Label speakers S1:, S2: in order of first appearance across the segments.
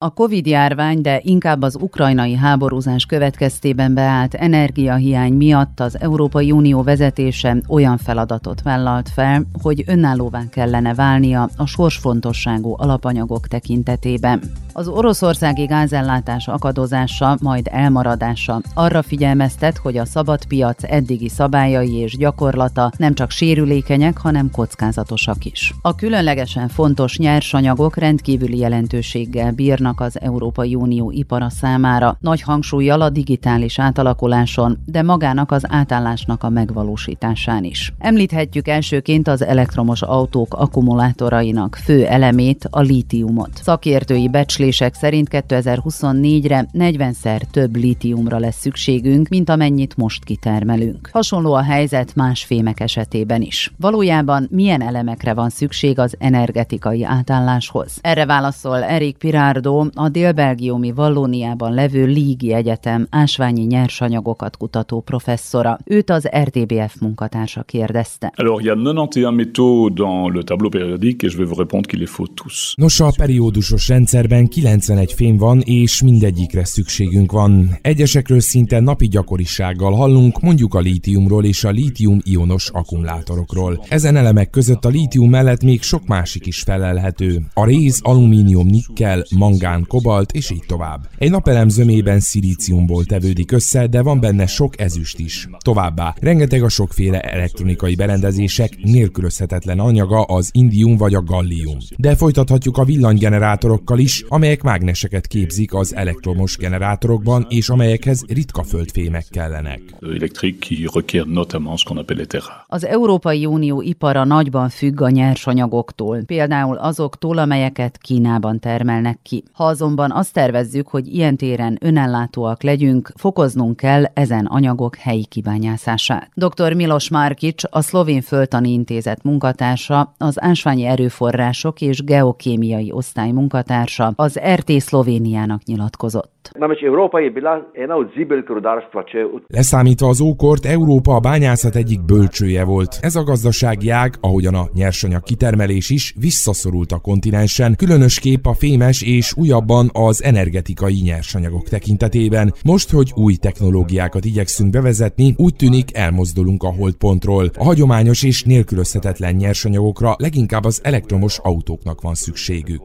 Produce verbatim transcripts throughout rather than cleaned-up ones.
S1: A Covid-járvány, de inkább az ukrajnai háborúzás következtében beállt energiahiány miatt az Európai Unió vezetése olyan feladatot vállalt fel, hogy önállóvá kellene válnia a sorsfontosságú alapanyagok tekintetében. Az oroszországi gázellátás akadozása, majd elmaradása arra figyelmeztet, hogy a szabad piac eddigi szabályai és gyakorlata nem csak sérülékenyek, hanem kockázatosak is. A különlegesen fontos nyersanyagok rendkívüli jelentőséggel bírnak az Európai Unió ipara számára, nagy hangsúllyal a digitális átalakuláson, de magának az átállásnak a megvalósításán is. Említhetjük elsőként az elektromos autók akkumulátorainak fő elemét, a lítiumot. Szakértői becslések szerint kétezer-huszonnégyre negyvenszer több lítiumra lesz szükségünk, mint amennyit most kitermelünk. Hasonló a helyzet más fémek esetében is. Valójában milyen elemekre van szükség az energetikai átálláshoz? Erre válaszol Eric Pirardo, a dél-belgiumi Vallóniában levő Liegi Egyetem ásványi nyersanyagokat kutató professzora. Őt az er té bé ef munkatársa kérdezte.
S2: Alors, il y a quatre-vingt-onze métaux dans le tableau périodique, et je vais vous répondre qu'il les faut tous.
S3: Nos, a periódusos rendszerben kilencvenegy fém van, és mindegyikre szükségünk van. Egyesekről szinte napi gyakorisággal hallunk, mondjuk a lítiumról és a lítium-ionos akkumulátorokról. Ezen elemek között a lítium mellett még sok másik is felelhető. A réz, alumínium, nikkel, mangán, kobalt és így tovább. Egy napelem zömében szilíciumból tevődik össze, de van benne sok ezüst is. Továbbá rengeteg a sokféle elektronikai berendezések nélkülözhetetlen anyaga az indium vagy a gallium. De folytathatjuk a villanygenerátorokkal is, amelyek mágneseket képzik az elektromos generátorokban, és amelyekhez ritka földfémek kellenek.
S1: Az Európai Unió ipara nagyban függ a nyersanyagoktól, például azoktól, amelyeket Kínában termelnek ki. Ha azonban azt tervezzük, hogy ilyen téren önellátóak legyünk, fokoznunk kell ezen anyagok helyi kibányászását. doktor Miloš Markić, a Szlovén Földtani Intézet munkatársa, az ásványi erőforrások és geokémiai osztály munkatársa az er té Szlovéniának nyilatkozott.
S3: Leszámítva az ókort, Európa a bányászat egyik bölcsője volt. Ez a gazdasági ág, ahogyan a nyersanyag kitermelés is, visszaszorult a kontinensen, különösképp a fémes és újabban az energetikai nyersanyagok tekintetében. Most, hogy új technológiákat igyekszünk bevezetni, úgy tűnik elmozdulunk a holdpontról. A hagyományos és nélkülözhetetlen nyersanyagokra leginkább az elektromos autóknak van szükségük.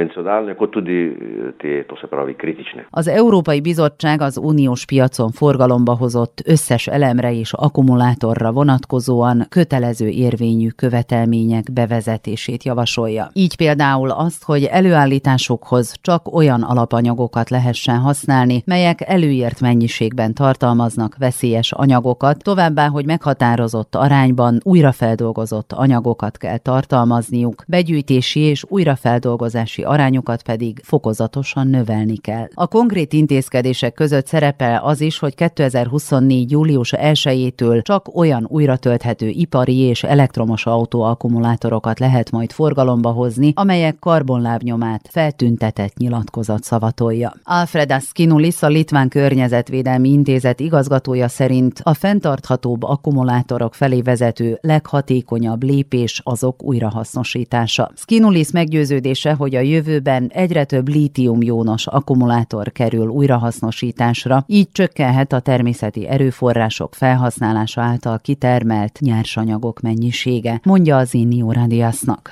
S1: Az Európai Bizottság az uniós piacon forgalomba hozott összes elemre és akkumulátorra vonatkozóan kötelező érvényű követelmények bevezetését javasolja. Így például azt, hogy előállításukhoz csak olyan alapanyagokat lehessen használni, melyek előírt mennyiségben tartalmaznak veszélyes anyagokat, továbbá, hogy meghatározott arányban újrafeldolgozott anyagokat kell tartalmazniuk, begyűjtési és újrafeldolgozási arányokat pedig fokozatosan növelni kell. A konkrét intézkedések között szerepel az is, hogy kétezer-huszonnégy július elsejétől csak olyan újratölthető ipari és elektromos autóakkumulátorokat lehet majd forgalomba hozni, amelyek karbonlábnyomát feltüntetett nyilatkozat szavatolja. Alfredas Skinulis, a Litván Környezetvédelmi Intézet igazgatója szerint a fenntarthatóbb akkumulátorok felé vezető leghatékonyabb lépés azok újrahasznosítása. Skinulis meggyőződése, hogy a jövőben egyre több lítium-ionos akkumulátor kerül újrahasznosításra, így csökkenhet a természeti erőforrások felhasználása által kitermelt nyersanyagok mennyisége, mondja az Inio Radiasnak.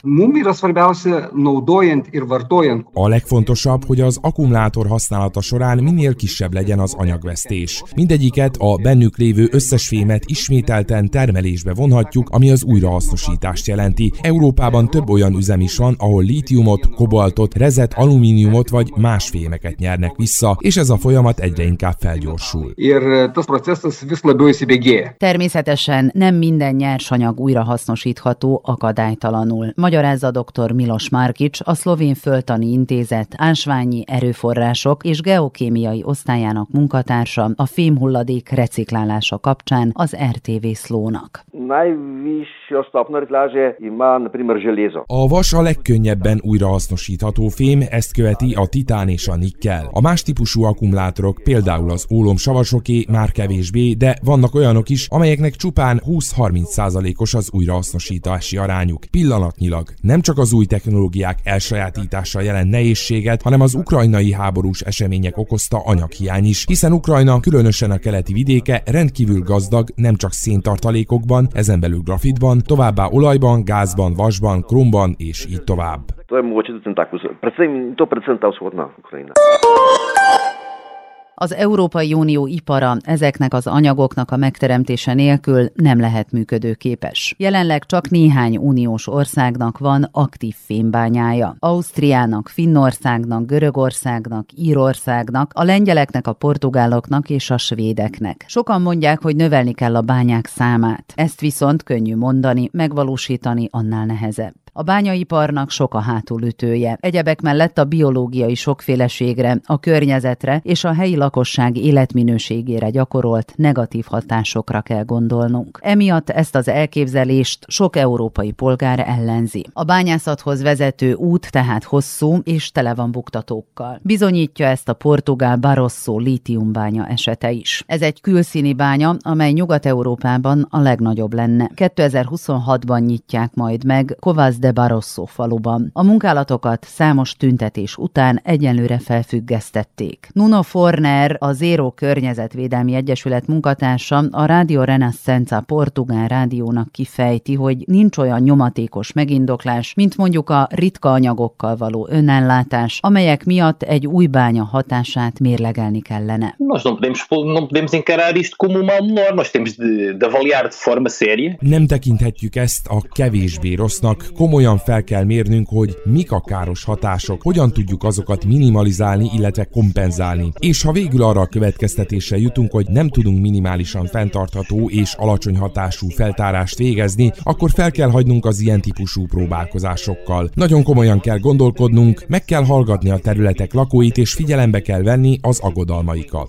S3: A legfontosabb, hogy az akkumulátor használata során minél kisebb legyen az anyagvesztés. Mindegyiket, a bennük lévő összes fémet ismételten termelésbe vonhatjuk, ami az újrahasznosítást jelenti. Európában több olyan üzem is van, ahol lítiumot, kobaltot, rezet, alumíniumot vagy más fémeket nyernek vissza, és ez a folyamat egyre inkább felgyorsul.
S1: Természetesen nem minden nyersanyag újrahasznosítható akadálytalanul, magyarázza doktor Miloš Markić, a Szlovén Földtani Intézet ásványi erőforrások és geokémiai osztályának munkatársa a fémhulladék reciklálása kapcsán az er té vé Szlónak. A
S3: vas a legkönnyebben újrahasznosítható fém, ezt követi a titán és a nikkel. A más típusú típusú akkumulátorok, például az ólom-savasoké már kevésbé, de vannak olyanok is, amelyeknek csupán húsz-harminc százalékos az újrahasznosítási arányuk. Pillanatnyilag nem csak az új technológiák elsajátítása jelent nehézséget, hanem az ukrajnai háborús események okozta anyaghiány is, hiszen Ukrajna, különösen a keleti vidéke rendkívül gazdag nem csak széntartalékokban, ezen belül grafitban, továbbá olajban, gázban, vasban, kromban és így tovább.
S1: Az Európai Unió ipara ezeknek az anyagoknak a megteremtése nélkül nem lehet működőképes. Jelenleg csak néhány uniós országnak van aktív fémbányája. Ausztriának, Finnországnak, Görögországnak, Írországnak, a lengyeleknek, a portugáloknak és a svédeknek. Sokan mondják, hogy növelni kell a bányák számát. Ezt viszont könnyű mondani, megvalósítani annál nehezebb. A bányaiparnak sok a hátulütője. Egyebek mellett a biológiai sokféleségre, a környezetre és a helyi lakosság életminőségére gyakorolt negatív hatásokra kell gondolnunk. Emiatt ezt az elképzelést sok európai polgár ellenzi. A bányászathoz vezető út tehát hosszú és tele van buktatókkal. Bizonyítja ezt a portugál Barosso lítiumbánya esete is. Ez egy külszíni bánya, amely Nyugat-Európában a legnagyobb lenne. kétezer-huszonhatban nyitják majd meg Covas de Barosso faluban. A munkálatokat számos tüntetés után egyenlőre felfüggesztették. Nuno Forner, a Zero Környezetvédelmi Egyesület munkatársa a Radio Renascença portugál rádiónak kifejti, hogy nincs olyan nyomatékos megindoklás, mint mondjuk a ritka anyagokkal való önellátás, amelyek miatt egy új bánya hatását mérlegelni kellene.
S4: Nós não podemos, não podemos encarar isto como um mal menor, nós temos de, de avaliar de forma séria.
S3: Nem tekinthetjük ezt a kevésbé rossznak, komolyan fel kell mérnünk, hogy mik a káros hatások, hogyan tudjuk azokat minimalizálni, illetve kompenzálni. És ha végül arra a következtetésre jutunk, hogy nem tudunk minimálisan fenntartható és alacsony hatású feltárást végezni, akkor fel kell hagynunk az ilyen típusú próbálkozásokkal. Nagyon komolyan kell gondolkodnunk, meg kell hallgatni a területek lakóit, és figyelembe kell venni az aggodalmaikat.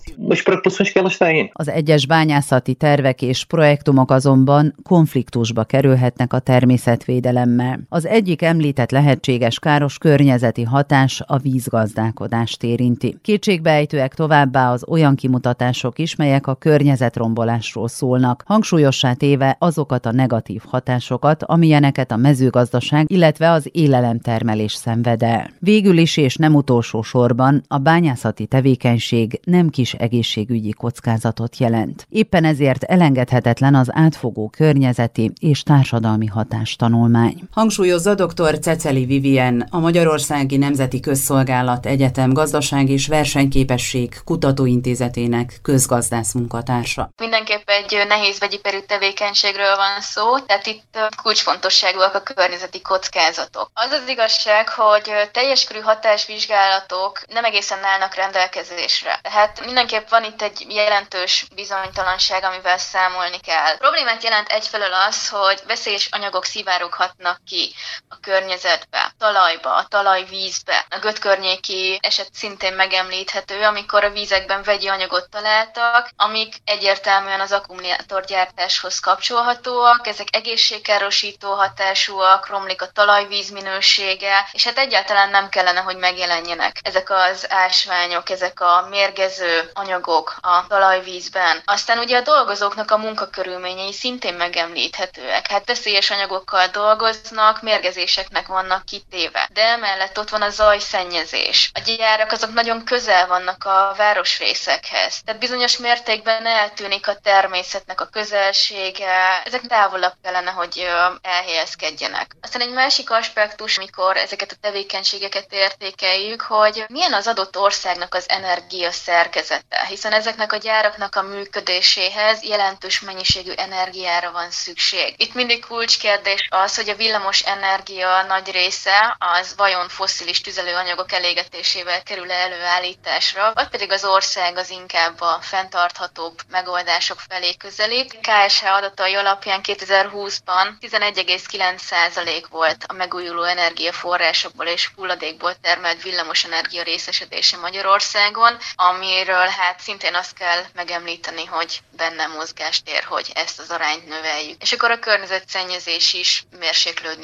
S1: Az egyes bányászati tervek és projektumok azonban konfliktusba kerülhetnek a természetvédelemmel. Az egyik említett lehetséges káros környezeti hatás a vízgazdálkodást érinti. Kétségbeejtőek továbbá az olyan kimutatások is, melyek a környezetrombolásról szólnak, hangsúlyossá téve azokat a negatív hatásokat, amilyeneket a mezőgazdaság, illetve az élelemtermelés szenved el. Végül is és nem utolsó sorban a bányászati tevékenység nem kis egészségügyi kockázatot jelent. Éppen ezért elengedhetetlen az átfogó környezeti és társadalmi hatástanulmány. Hangsúlyozza dr. Ceceli Vivien, a Magyarországi Nemzeti Közszolgálat Egyetem Gazdaság és Versenyképesség Kutatóintézetének közgazdász munkatársa.
S5: Mindenképp egy nehéz vegyiparú tevékenységről van szó, tehát itt kulcsfontosságúak a környezeti kockázatok. Az az igazság, hogy teljes körű hatásvizsgálatok nem egészen állnak rendelkezésre. Tehát mindenképp van itt egy jelentős bizonytalanság, amivel számolni kell. Problémát jelent egyfelől az, hogy veszélyes anyagok szivároghatnak ki a környezetbe, a talajba, a talajvízbe. A Göt környéki eset szintén megemlíthető, amikor a vízekben vegyi anyagot találtak, amik egyértelműen az akkumulátorgyártáshoz kapcsolhatóak, ezek egészségkárosító hatásúak, romlik a talajvíz minősége, és hát egyáltalán nem kellene, hogy megjelenjenek ezek az ásványok, ezek a mérgező anyagok a talajvízben. Aztán ugye a dolgozóknak a munkakörülményei szintén megemlíthetőek. Hát veszélyes anyagokkal dolgoznak, mérgezéseknek vannak kitéve. De emellett ott van a zajszennyezés. A gyárak azok nagyon közel vannak a városrészekhez. Tehát bizonyos mértékben eltűnik a természetnek a közelsége. Ezek távolabb kellene, hogy elhelyezkedjenek. Aztán egy másik aspektus, amikor ezeket a tevékenységeket értékeljük, hogy milyen az adott országnak az energia szerkezete, hiszen ezeknek a gyáraknak a működéséhez jelentős mennyiségű energiára van szükség. Itt mindig kulcskérdés az, hogy a villamos energia nagy része az vajon fosszilis tüzelőanyagok elégetésével kerül előállításra, vagy pedig az ország az inkább a fenntarthatóbb megoldások felé közelít. ká es há adatai alapján kétezer-húszban tizenegy egész kilenc százalék volt a megújuló energiaforrásokból és hulladékból termelt villamos energia részesedése Magyarországon, amiről hát szintén azt kell megemlíteni, hogy benne mozgástér, hogy ezt az arányt növeljük. És akkor a környezetszennyezés is mérséklődni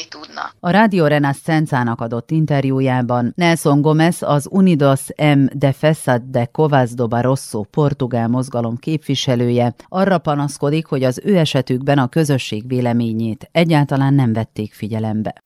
S5: tudna.
S1: A Radio Renascenzának adott interjújában Nelson Gomes, az Unidos M Defensa de Covas do Barroso portugál mozgalom képviselője arra panaszkodik, hogy az ő esetükben a közösség véleményét egyáltalán nem vették figyelembe.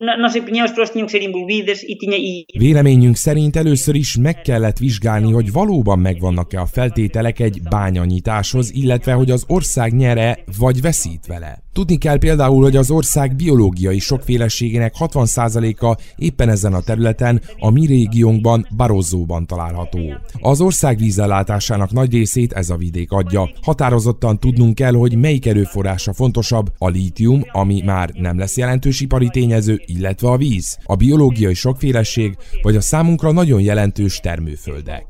S3: Véleményünk szerint először is meg kellett vizsgálni, hogy valóban megvannak-e a feltételek egy bányanyitáshoz, illetve hogy az ország nyer-e vagy veszít vele. Tudni kell például, hogy az ország biológiai sokféleségének hatvan százaléka éppen ezen a területen, a mi régiónkban, Barrosóban található. Az ország vízellátásának nagy részét ez a vidék adja. Határozottan tudnunk kell, hogy melyik erőforrása fontosabb, a lítium, ami már nem lesz jelentős ipari tényező, illetve a víz, a biológiai sokféleség, vagy a számunkra nagyon jelentős termőföldek.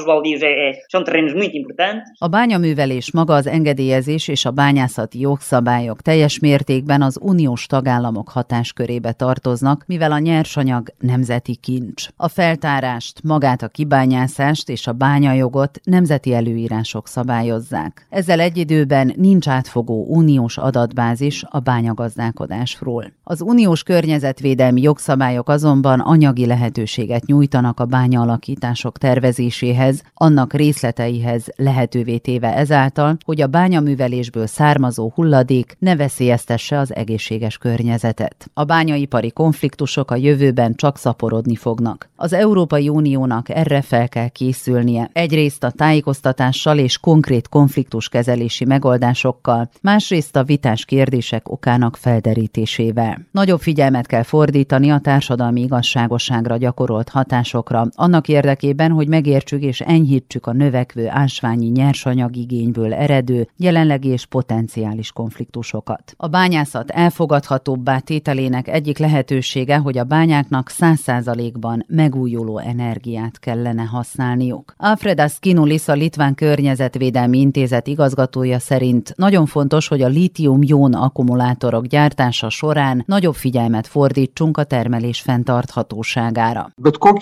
S1: A bányaművelés maga, az engedélyezés és a bányászati jogszabályok teljes mértékben az uniós tagállamok hatáskörébe tartoznak, mivel a nyersanyag nemzeti kincs. A feltárást, magát a kibányászást és a bányajogot nemzeti előírások szabályozzák. Ezzel egy időben nincs átfogó uniós adatbázis a bányagazdálkodásról. Az uniós környezetvédelmi jogszabályok azonban anyagi lehetőséget nyújtanak a bányaalakítások tervezéséhez, annak részleteihez lehetővé téve ezáltal, hogy a bányaművelésből származó hulladék ne veszélyeztesse az egészséges környezetet. A bányaipari konfliktusok a jövőben csak szaporodni fognak. Az Európai Uniónak erre fel kell készülnie. Egyrészt a tájékoztatással és konkrét konfliktuskezelési megoldásokkal, másrészt a vitás kérdések okának felderítésével. Nagyobb figyelmet kell fordítani a társadalmi igazságosságra gyakorolt hatásokra, annak érdekében, hogy megértsük és enyhítsük a növekvő ásványi nyersanyagigényből eredő, jelenlegi és potenciális konfliktusokat. A bányászat elfogadhatóbbá tételének egyik lehetősége, hogy a bányáknak száz százalékban megújuló energiát kellene használniuk. Alfredas Kinulis, a Litván Környezetvédelmi Intézet igazgatója szerint nagyon fontos, hogy a lítium-jón akkumulátorok gyártása során nagyobb figyelmet fordítsunk a termelés fenntarthatóságára.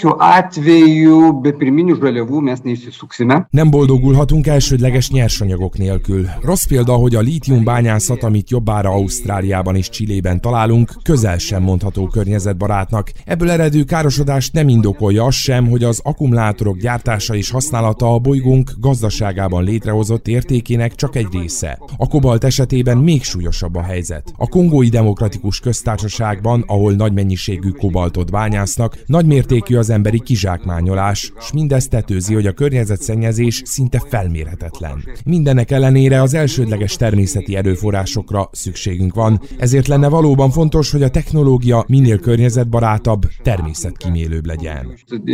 S3: Nem boldogulhatunk elsődleges nyersanyagok nélkül. Rossz példa, hogy a lítium bányászat, amit jobbára Ausztráliában és Chilében találunk, közel sem mondható környezetbarátnak. Ebből eredő károsodást nem indokolja az sem, hogy az akkumulátorok gyártása és használata a bolygónk gazdaságában létrehozott értékének csak egy része. A kobalt esetében még súlyosabb a helyzet. A Kongói Demokratikus Köztársaságban, ahol nagy mennyiségű kobaltot bányásznak, nagymértékű az emberi kizsákmányolás, s mindez tetőzi, hogy a környezetszennyezés szinte felmérhetetlen. Mindenek ellenére az elsődleges természeti erőforrásokra szükségünk van, ezért lenne valóban fontos, hogy a technológia minél környezetbarátabb, természetkímélőbb legyen.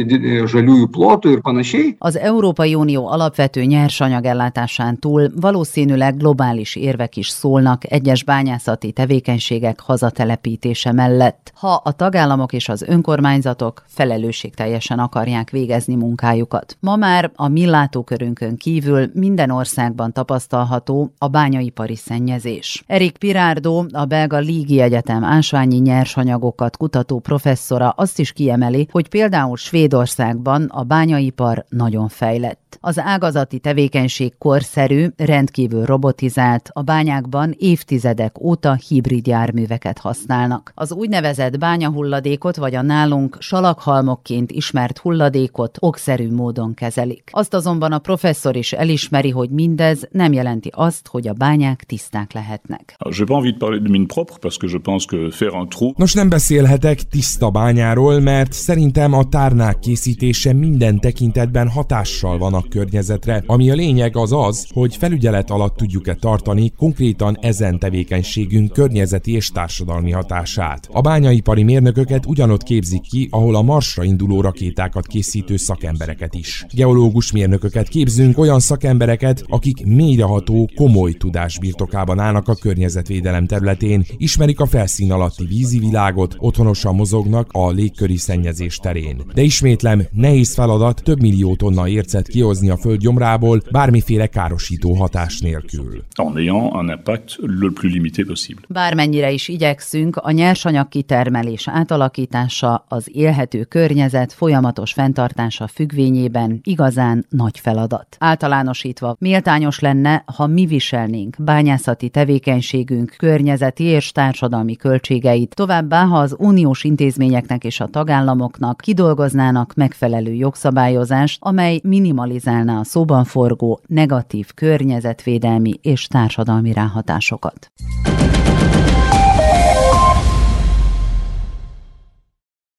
S1: Az Európai Unió alapvető nyersanyagellátásán túl valószínűleg globális érvek is szólnak egyes bányászati tevékenységek hazatelepítése mellett, ha a tagállamok és az önkormányzatok felelősségteljesen akarják végezni munkájukat. Ma már a mi látókörünkön kívül minden országban tapasztalható a bányaipari szennyezés. Erik Pirardo, a belga Ligi Egyetem ásványi nyersanyagokat kutató professzora azt is kiemeli, hogy például Svédországban a bányaipar nagyon fejlett. Az ágazati tevékenység korszerű, rendkívül robotizált, a bányákban évtizedek óta hibrid járműveket használnak. Az úgynevezett bányahulladékot vagy a nálunk salakhalmokként ismert hulladékot okszerű módon kezelik. Azt azonban a professzor is elismeri, hogy mindez nem jelenti azt, hogy a bányák tiszták lehetnek.
S3: Nos, nem beszélhetek tiszta bányáról, mert szerintem a tárnák készítése minden tekintetben hatással van a környezetre, ami a lényeg az az, hogy felügyelet alatt tudjuk-e tartani konkrétan ezen tevékenységünk környezeti és társadalmi hatását. A bányaipari mérnököket ugyanott képzik ki, ahol a Marsra induló rakétákat készítő szakembereket is. Geológus mérnököket képzünk, olyan szakembereket, akik mélyreható, komoly tudás birtokában állnak a környezetvédelem területén, ismerik a felszín alatti vízi világot, otthonosan mozognak a légköri szennyezés terén. De ismétlem, nehéz feladat több millió tonna ércet kioldani kihozni a föld gyomrából bármiféle károsító hatás nélkül.
S2: En ayant un impact le plus limité possible.
S1: Bármennyire is igyekszünk, a nyersanyag kitermelés átalakítása, az élhető környezet folyamatos fenntartása függvényében igazán nagy feladat. Általánosítva, méltányos lenne, ha mi viselnénk bányászati tevékenységünk környezeti és társadalmi költségeit, továbbá, ha az uniós intézményeknek és a tagállamoknak kidolgoznának megfelelő jogszabályozást, amely minimalizálná a szóban forgó negatív környezetvédelmi és társadalmi ráhatásokat.